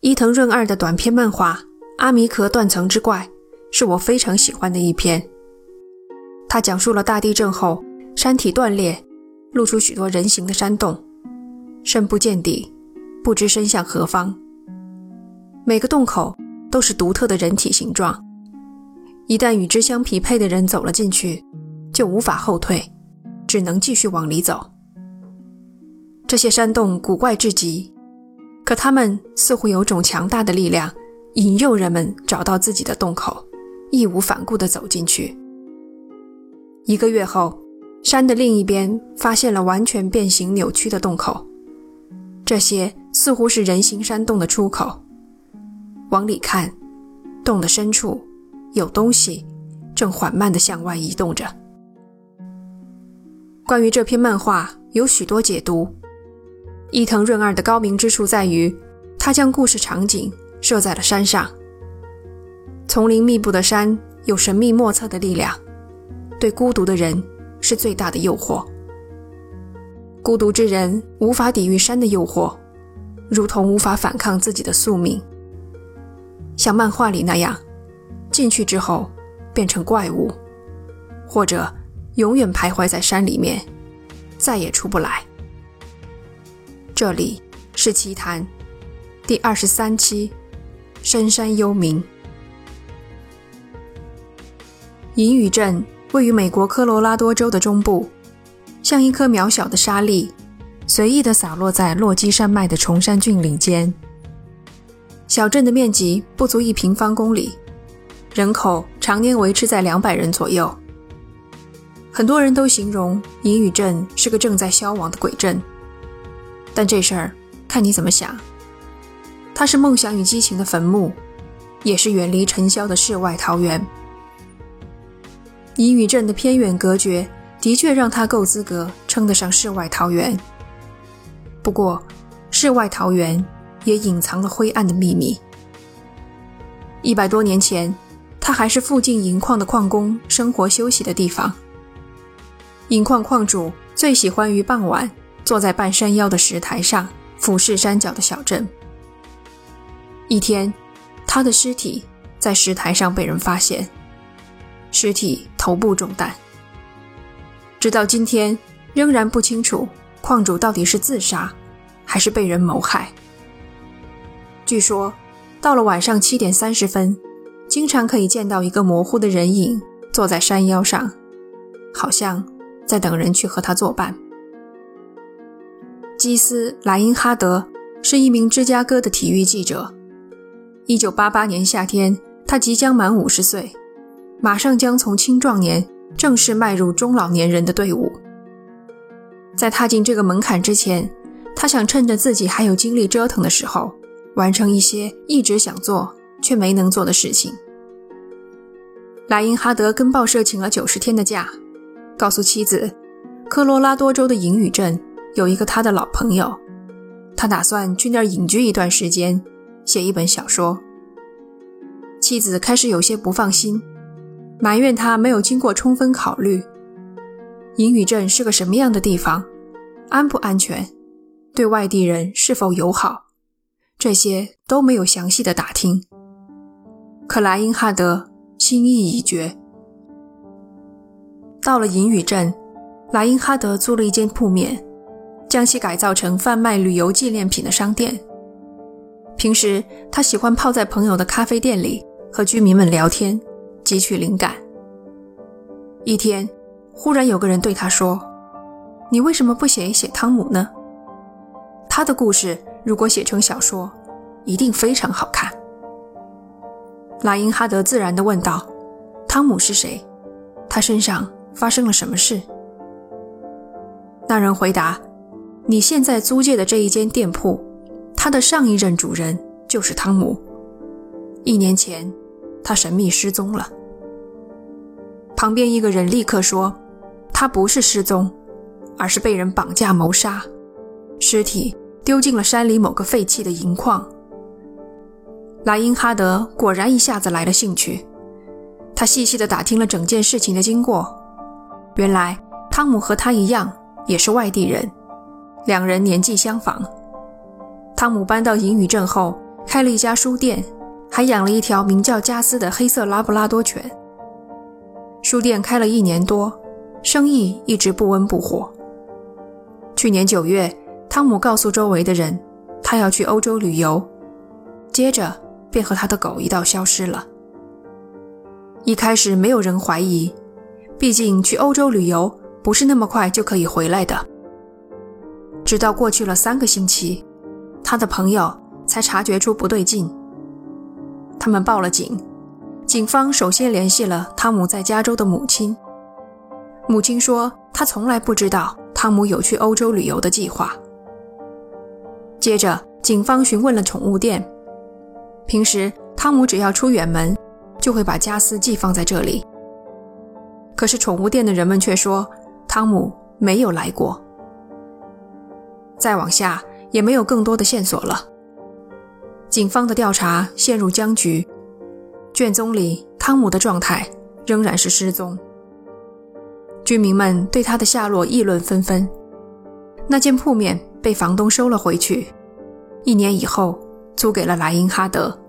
伊藤润二的短篇漫画《阿弥壳断层之怪》是我非常喜欢的一篇。它讲述了大地震后山体断裂，露出许多人形的山洞，深不见底，不知伸向何方。每个洞口都是独特的人体形状，一旦与之相匹配的人走了进去，就无法后退，只能继续往里走。这些山洞古怪至极，可它们似乎有种强大的力量，引诱人们找到自己的洞口，义无反顾地走进去。1个月后，山的另一边发现了完全变形扭曲的洞口，这些似乎是人形山洞的出口。往里看，洞的深处有东西正缓慢地向外移动着。关于这篇漫画有许多解读，伊藤润二的高明之处在于，他将故事场景设在了山上。丛林密布的山有神秘莫测的力量，对孤独的人是最大的诱惑。孤独之人无法抵御山的诱惑，如同无法反抗自己的宿命。像漫画里那样，进去之后变成怪物，或者永远徘徊在山里面，再也出不来。这里是奇谈第23期，深山幽冥。银屿镇位于美国科罗拉多州的中部，像一颗渺小的沙粒，随意地洒落在落基山脉的崇山峻岭间。小镇的面积不足1平方公里，人口常年维持在200人左右。很多人都形容银屿镇是个正在消亡的鬼镇，但这事儿看你怎么想。它是梦想与激情的坟墓，也是远离尘嚣的世外桃源。银屿镇的偏远隔绝的确让它够资格称得上世外桃源。不过世外桃源也隐藏了灰暗的秘密。100多年前，它还是附近银矿的矿工生活休息的地方。银矿矿主最喜欢于傍晚坐在半山腰的石台上俯视山脚的小镇。一天，他的尸体在石台上被人发现，尸体头部中弹。直到今天，仍然不清楚矿主到底是自杀还是被人谋害。据说到了晚上7点30分，经常可以见到一个模糊的人影坐在山腰上，好像在等人去和他作伴。基斯·莱因哈德是一名芝加哥的体育记者。1988年夏天，他即将满50岁，马上将从青壮年正式迈入中老年人的队伍。在踏进这个门槛之前，他想趁着自己还有精力折腾的时候，完成一些一直想做却没能做的事情。莱因哈德跟报社请了90天的假，告诉妻子，科罗拉多州的银屿镇有一个他的老朋友，他打算去那儿隐居一段时间，写一本小说。妻子开始有些不放心，埋怨他没有经过充分考虑。银屿镇是个什么样的地方？安不安全？对外地人是否友好？这些都没有详细的打听。可莱因哈德心意已决。到了银屿镇，莱因哈德租了一间铺面，将其改造成贩卖旅游纪念品的商店。平时他喜欢泡在朋友的咖啡店里和居民们聊天，汲取灵感。一天，忽然有个人对他说，你为什么不写一写汤姆呢？他的故事如果写成小说，一定非常好看。莱因哈德自然地问道，汤姆是谁？他身上发生了什么事？那人回答，你现在租借的这一间店铺，他的上一任主人就是汤姆。1年前，他神秘失踪了。旁边一个人立刻说，他不是失踪，而是被人绑架谋杀，尸体丢进了山里某个废弃的银矿。莱因哈德果然一下子来了兴趣，他细细地打听了整件事情的经过。原来汤姆和他一样也是外地人，2人年纪相仿。汤姆搬到银屿镇后， 开了一家书店，还养了一条名叫加斯的黑色拉布拉多犬。书店开了1年多，生意一直不温不火。去年9月，汤姆告诉周围的人，他要去欧洲旅游，接着便和他的狗一道消失了。一开始没有人怀疑，毕竟去欧洲旅游不是那么快就可以回来的。直到过去了3个星期，他的朋友才察觉出不对劲。他们报了警，警方首先联系了汤姆在加州的母亲。母亲说，她从来不知道汤姆有去欧洲旅游的计划。接着，警方询问了宠物店，平时汤姆只要出远门，就会把加斯寄放在这里。可是宠物店的人们却说，汤姆没有来过。再往下，也没有更多的线索了。警方的调查陷入僵局，卷宗里汤姆的状态仍然是失踪。居民们对他的下落议论纷纷。那间铺面被房东收了回去，1年以后租给了莱因哈德。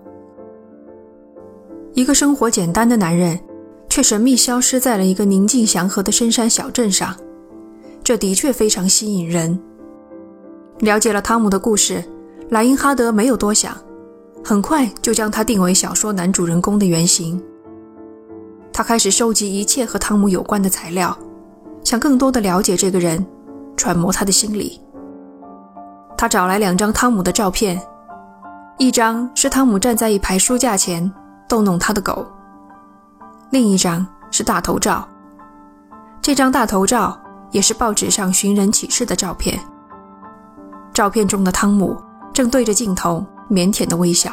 一个生活简单的男人，却神秘消失在了一个宁静祥和的深山小镇上，这的确非常吸引人。了解了汤姆的故事，莱因哈德没有多想，很快就将他定为小说男主人公的原型。他开始收集一切和汤姆有关的材料，想更多地了解这个人，揣摩他的心理。他找来2张汤姆的照片，一张是汤姆站在一排书架前逗弄他的狗，另一张是大头照。这张大头照也是报纸上寻人启事的照片。照片中的汤姆正对着镜头腼腆的微笑。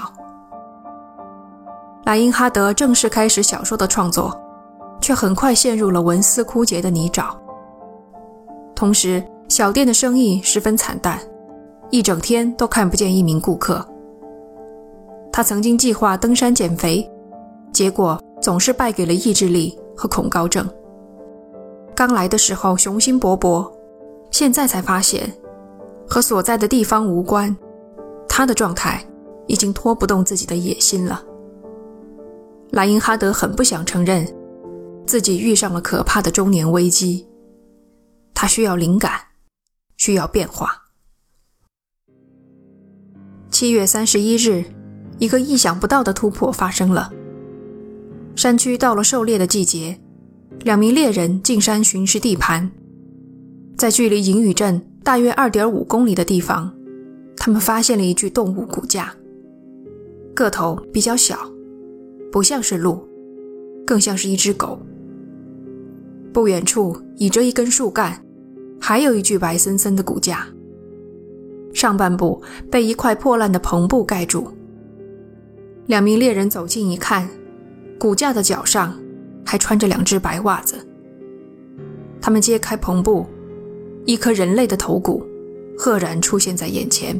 莱因哈德正式开始小说的创作，却很快陷入了文思枯竭的泥沼。同时，小店的生意十分惨淡，一整天都看不见一名顾客。他曾经计划登山减肥，结果总是败给了意志力和恐高症。刚来的时候雄心勃勃，现在才发现和所在的地方无关，他的状态已经拖不动自己的野心了。莱因哈德很不想承认自己遇上了可怕的中年危机，他需要灵感，需要变化。7月31日，一个意想不到的突破发生了。山区到了狩猎的季节，2名猎人进山巡视地盘，在距离银屿镇大约 2.5 公里的地方，他们发现了一具动物骨架，个头比较小，不像是鹿，更像是一只狗。不远处倚着一根树干，还有一具白森森的骨架，上半部被一块破烂的篷布盖住。2名猎人走近一看，骨架的脚上还穿着2只白袜子。他们揭开篷布，一颗人类的头骨赫然出现在眼前。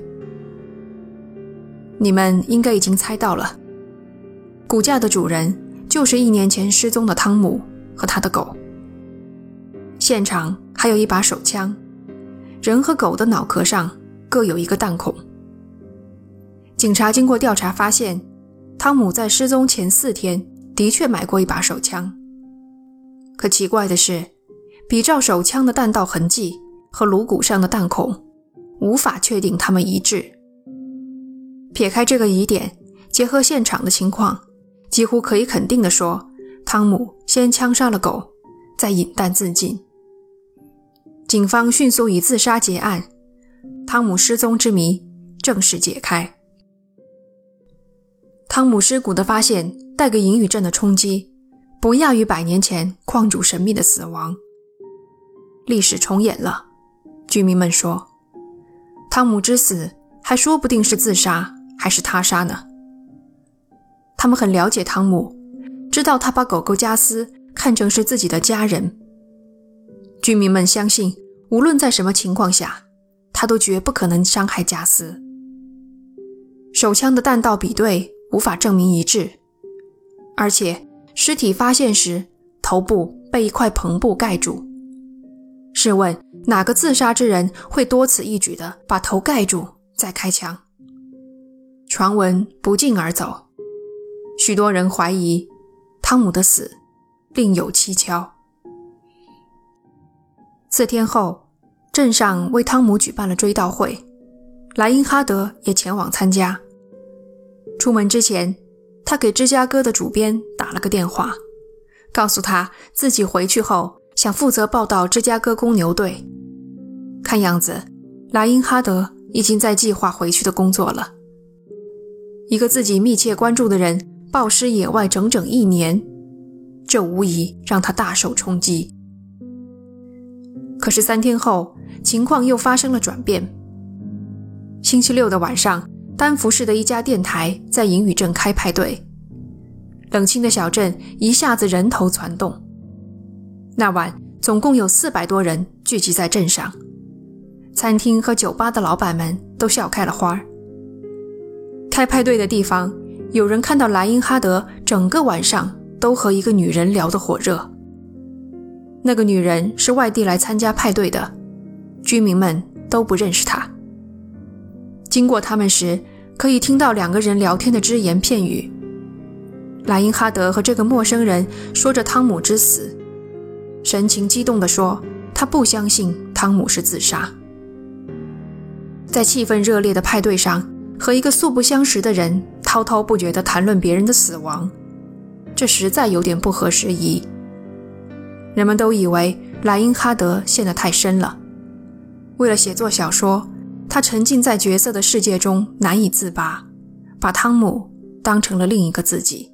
你们应该已经猜到了，骨架的主人就是1年前失踪的汤姆和他的狗。现场还有一把手枪，人和狗的脑壳上各有一个弹孔。警察经过调查发现，汤姆在失踪前4天的确买过一把手枪。可奇怪的是，比照手枪的弹道痕迹和颅骨上的弹孔，无法确定它们一致。撇开这个疑点，结合现场的情况，几乎可以肯定地说，汤姆先枪杀了狗，再引弹自尽。警方迅速以自杀结案，汤姆失踪之谜正式解开。汤姆尸骨的发现带给银屿镇的冲击，不亚于100年前矿主神秘的死亡。历史重演了，居民们说，汤姆之死还说不定是自杀还是他杀呢。他们很了解汤姆，知道他把狗狗加斯看成是自己的家人。居民们相信，无论在什么情况下，他都绝不可能伤害加斯。手枪的弹道比对无法证明一致，而且尸体发现时头部被一块篷布盖住。试问哪个自杀之人会多此一举地把头盖住再开枪？ 传闻不胫而走，许多人怀疑汤姆的死另有蹊跷。4天后，镇上为汤姆举办了追悼会，莱因哈德也前往参加。出门之前，他给芝加哥的主编打了个电话，告诉他自己回去后想负责报道芝加哥公牛队。看样子，莱因哈德已经在计划回去的工作了。一个自己密切关注的人暴尸野外整整1年，这无疑让他大受冲击。可是3天后，情况又发生了转变。星期六的晚上，丹佛市的一家电台在银屿镇开派对，冷清的小镇一下子人头攒动。那晚总共有400多人聚集在镇上，餐厅和酒吧的老板们都笑开了花。开派对的地方，有人看到莱因哈德整个晚上都和一个女人聊得火热。那个女人是外地来参加派对的，居民们都不认识她。经过他们时，可以听到2个人聊天的只言片语。莱因哈德和这个陌生人说着汤姆之死，神情激动地说他不相信汤姆是自杀。在气氛热烈的派对上，和一个素不相识的人滔滔不绝地谈论别人的死亡，这实在有点不合时宜。人们都以为莱因哈德陷得太深了，为了写作小说，他沉浸在角色的世界中难以自拔，把汤姆当成了另一个自己。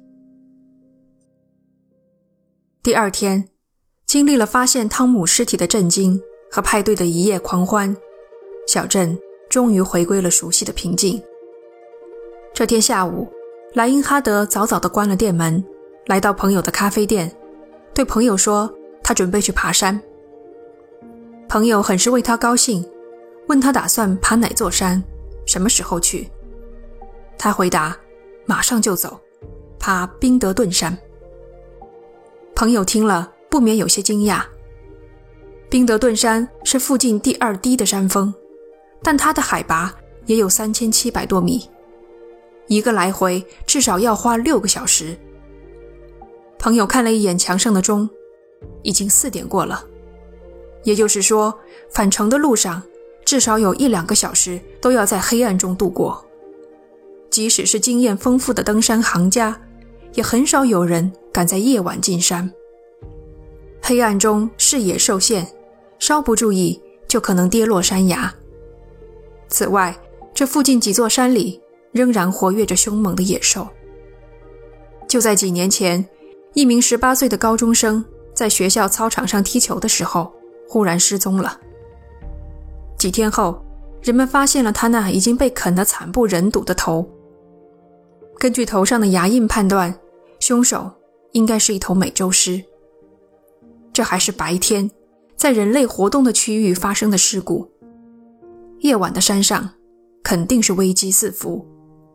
第2天，经历了发现汤姆尸体的震惊和派对的一夜狂欢，小镇终于回归了熟悉的平静。这天下午，莱因哈德早早地关了店门，来到朋友的咖啡店，对朋友说他准备去爬山。朋友很是为他高兴，问他打算爬哪座山，什么时候去。他回答马上就走，爬宾德顿山。朋友听了不免有些惊讶。宾德顿山是附近第2低的山峰，但它的海拔也有3700多米，一个来回至少要花6个小时。朋友看了一眼墙上的钟，已经4点过了，也就是说返程的路上至少有1-2个小时都要在黑暗中度过。即使是经验丰富的登山行家，也很少有人敢在夜晚进山。黑暗中视野受限，稍不注意就可能跌落山崖。此外，这附近几座山里仍然活跃着凶猛的野兽。就在几年前，一名18岁的高中生在学校操场上踢球的时候忽然失踪了。几天后，人们发现了他那已经被啃得惨不忍睹的头。根据头上的牙印判断，凶手应该是一头美洲狮。这还是白天，在人类活动的区域发生的事故。夜晚的山上肯定是危机四伏。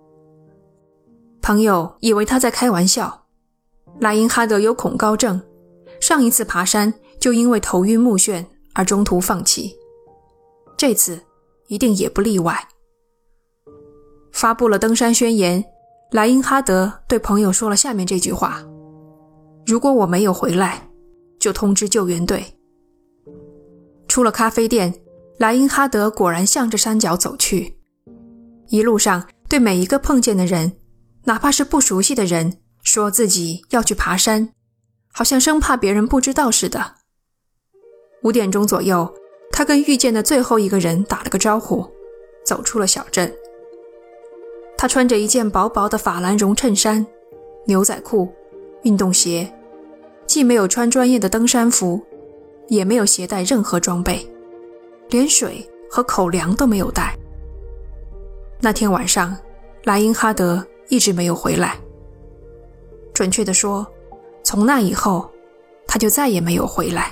朋友以为他在开玩笑，莱因哈德有恐高症，上一次爬山就因为头晕目眩而中途放弃，这次一定也不例外。发布了登山宣言，莱因哈德对朋友说了下面这句话：如果我没有回来，就通知救援队。出了咖啡店，莱因哈德果然向着山脚走去。一路上对每一个碰见的人，哪怕是不熟悉的人，说自己要去爬山，好像生怕别人不知道似的。5点钟左右，他跟遇见的最后一个人打了个招呼，走出了小镇。他穿着一件薄薄的法兰绒衬衫、牛仔裤、运动鞋，既没有穿专业的登山服，也没有携带任何装备，连水和口粮都没有带。那天晚上，莱因哈德一直没有回来。准确地说，从那以后，他就再也没有回来。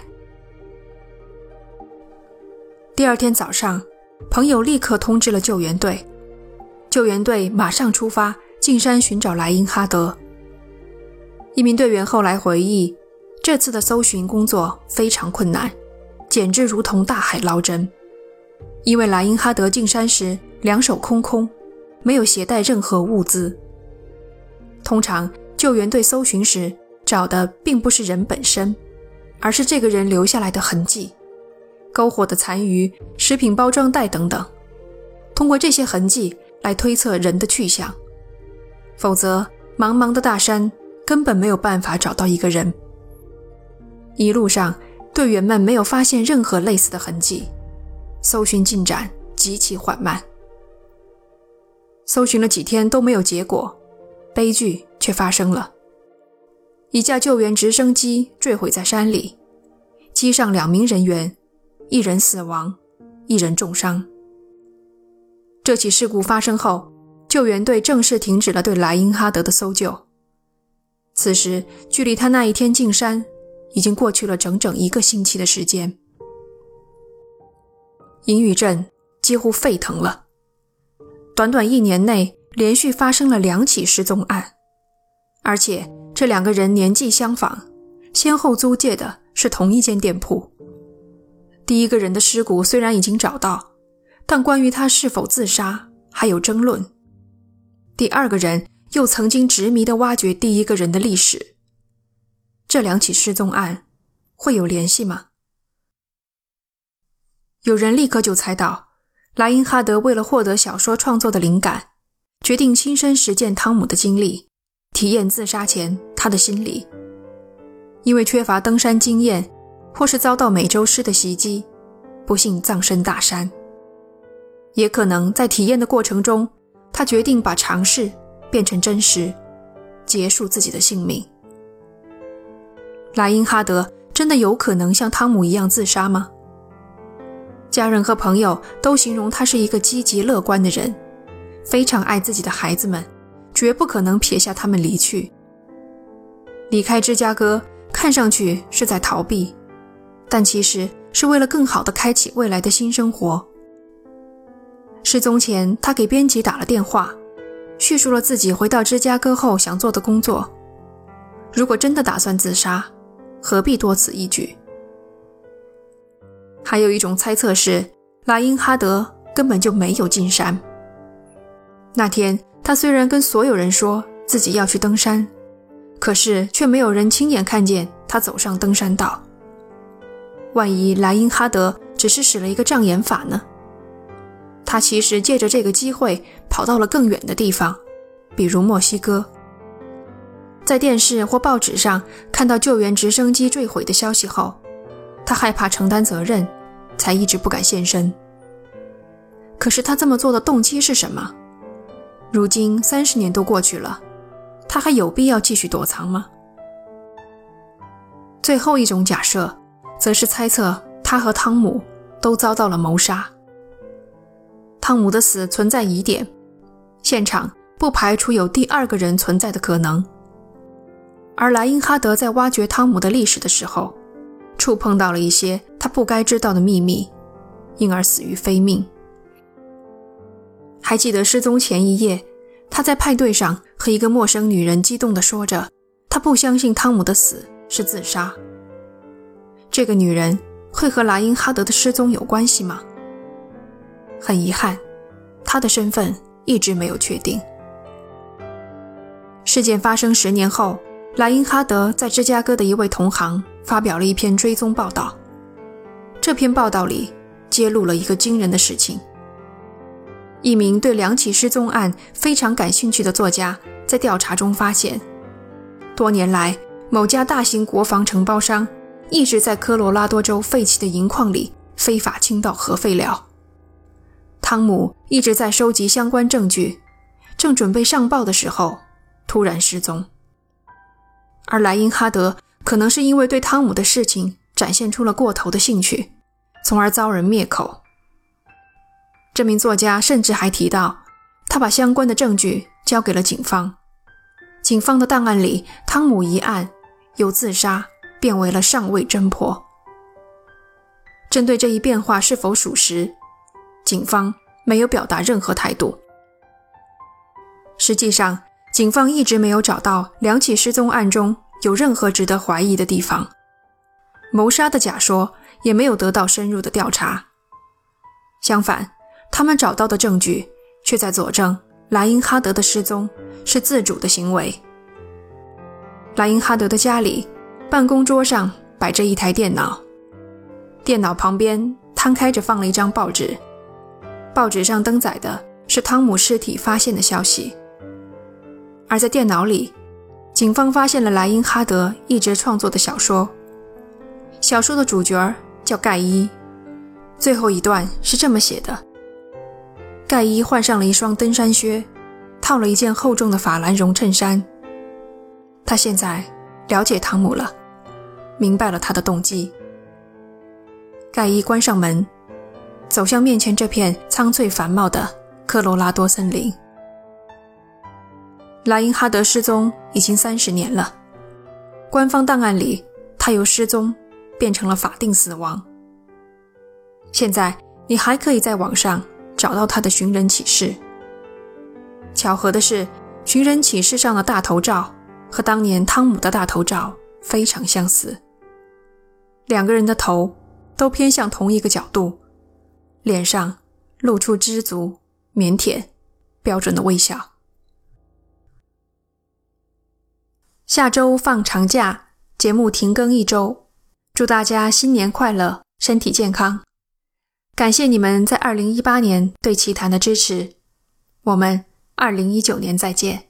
第2天早上，朋友立刻通知了救援队，救援队马上出发进山寻找莱因哈德。一名队员后来回忆，这次的搜寻工作非常困难，简直如同大海捞针。因为莱因哈德进山时2手空空， 没有携带任何物资。通常救援队搜寻时找的并不是人本身，而是这个人留下来的痕迹，篝火的残余、食品包装袋等等，通过这些痕迹来推测人的去向。否则茫茫的大山根本没有办法找到一个人。一路上队员们没有发现任何类似的痕迹，搜寻进展极其缓慢。搜寻了几天都没有结果，悲剧却发生了。一架救援直升机坠毁在山里，机上2名人员，1人死亡，1人重伤。这起事故发生后，救援队正式停止了对莱因哈德的搜救。此时距离他那一天进山已经过去了整整1个星期的时间。银屿镇几乎沸腾了，短短1年内连续发生了2起失踪案，而且这2个人年纪相仿，先后租借的是同一间店铺。第一个人的尸骨虽然已经找到，但关于他是否自杀还有争论。第二个人又曾经执迷地挖掘第一个人的历史。这2起失踪案会有联系吗？有人立刻就猜到，莱因哈德为了获得小说创作的灵感，决定亲身实践汤姆的经历，体验自杀前他的心理。因为缺乏登山经验，或是遭到美洲狮的袭击，不幸葬身大山。也可能在体验的过程中，他决定把尝试变成真实，结束自己的性命。莱因哈德真的有可能像汤姆一样自杀吗？家人和朋友都形容他是一个积极乐观的人，非常爱自己的孩子们，绝不可能撇下他们离去。离开芝加哥看上去是在逃避，但其实是为了更好地开启未来的新生活。失踪前，他给编辑打了电话，叙述了自己回到芝加哥后想做的工作。如果真的打算自杀，何必多此一举？还有一种猜测是，莱因哈德根本就没有进山。那天，他虽然跟所有人说自己要去登山，可是却没有人亲眼看见他走上登山道。万一莱因哈德只是使了一个障眼法呢？他其实借着这个机会跑到了更远的地方，比如墨西哥。在电视或报纸上看到救援直升机坠毁的消息后，他害怕承担责任，才一直不敢现身。可是他这么做的动机是什么？如今30年都过去了，他还有必要继续躲藏吗？最后一种假设，则是猜测他和汤姆都遭到了谋杀。汤姆的死存在疑点，现场不排除有第2个人存在的可能。而莱因哈德在挖掘汤姆的历史的时候，触碰到了一些他不该知道的秘密，因而死于非命。还记得失踪前1夜，他在派对上和一个陌生女人激动地说着，他不相信汤姆的死是自杀。这个女人会和莱因哈德的失踪有关系吗？很遗憾，他的身份一直没有确定。事件发生10年后，莱因哈德在芝加哥的一位同行发表了一篇追踪报道。这篇报道里揭露了一个惊人的事情。一名对2起失踪案非常感兴趣的作家在调查中发现，多年来某家大型国防承包商一直在科罗拉多州废弃的银矿里非法倾倒核废料。汤姆一直在收集相关证据，正准备上报的时候突然失踪。而莱因哈德可能是因为对汤姆的事情展现出了过头的兴趣，从而遭人灭口。这名作家甚至还提到，他把相关的证据交给了警方。警方的档案里，汤姆一案由自杀变为了尚未侦破。针对这一变化是否属实，警方没有表达任何态度。实际上，警方一直没有找到2起失踪案中有任何值得怀疑的地方，谋杀的假说也没有得到深入的调查。相反，他们找到的证据却在佐证莱因哈德的失踪是自主的行为。莱因哈德的家里，办公桌上摆着一台电脑，电脑旁边摊开着放了一张报纸，报纸上登载的是汤姆尸体发现的消息。而在电脑里，警方发现了莱因哈德一直创作的小说，小说的主角叫盖伊，最后一段是这么写的：盖伊换上了一双登山靴，套了一件厚重的法兰绒衬衫。他现在了解汤姆了，明白了他的动机。盖伊关上门，走向面前这片苍翠繁茂的科罗拉多森林。莱因哈德失踪已经30年了，官方档案里他由失踪变成了法定死亡。现在你还可以在网上找到他的寻人启事。巧合的是，寻人启事上的大头照和当年汤姆的大头照非常相似，两个人的头都偏向同一个角度，脸上露出知足、腼腆、标准的微笑。下周放长假，节目停更1周，祝大家新年快乐，身体健康。感谢你们在2018年对奇谈的支持，我们2019年再见。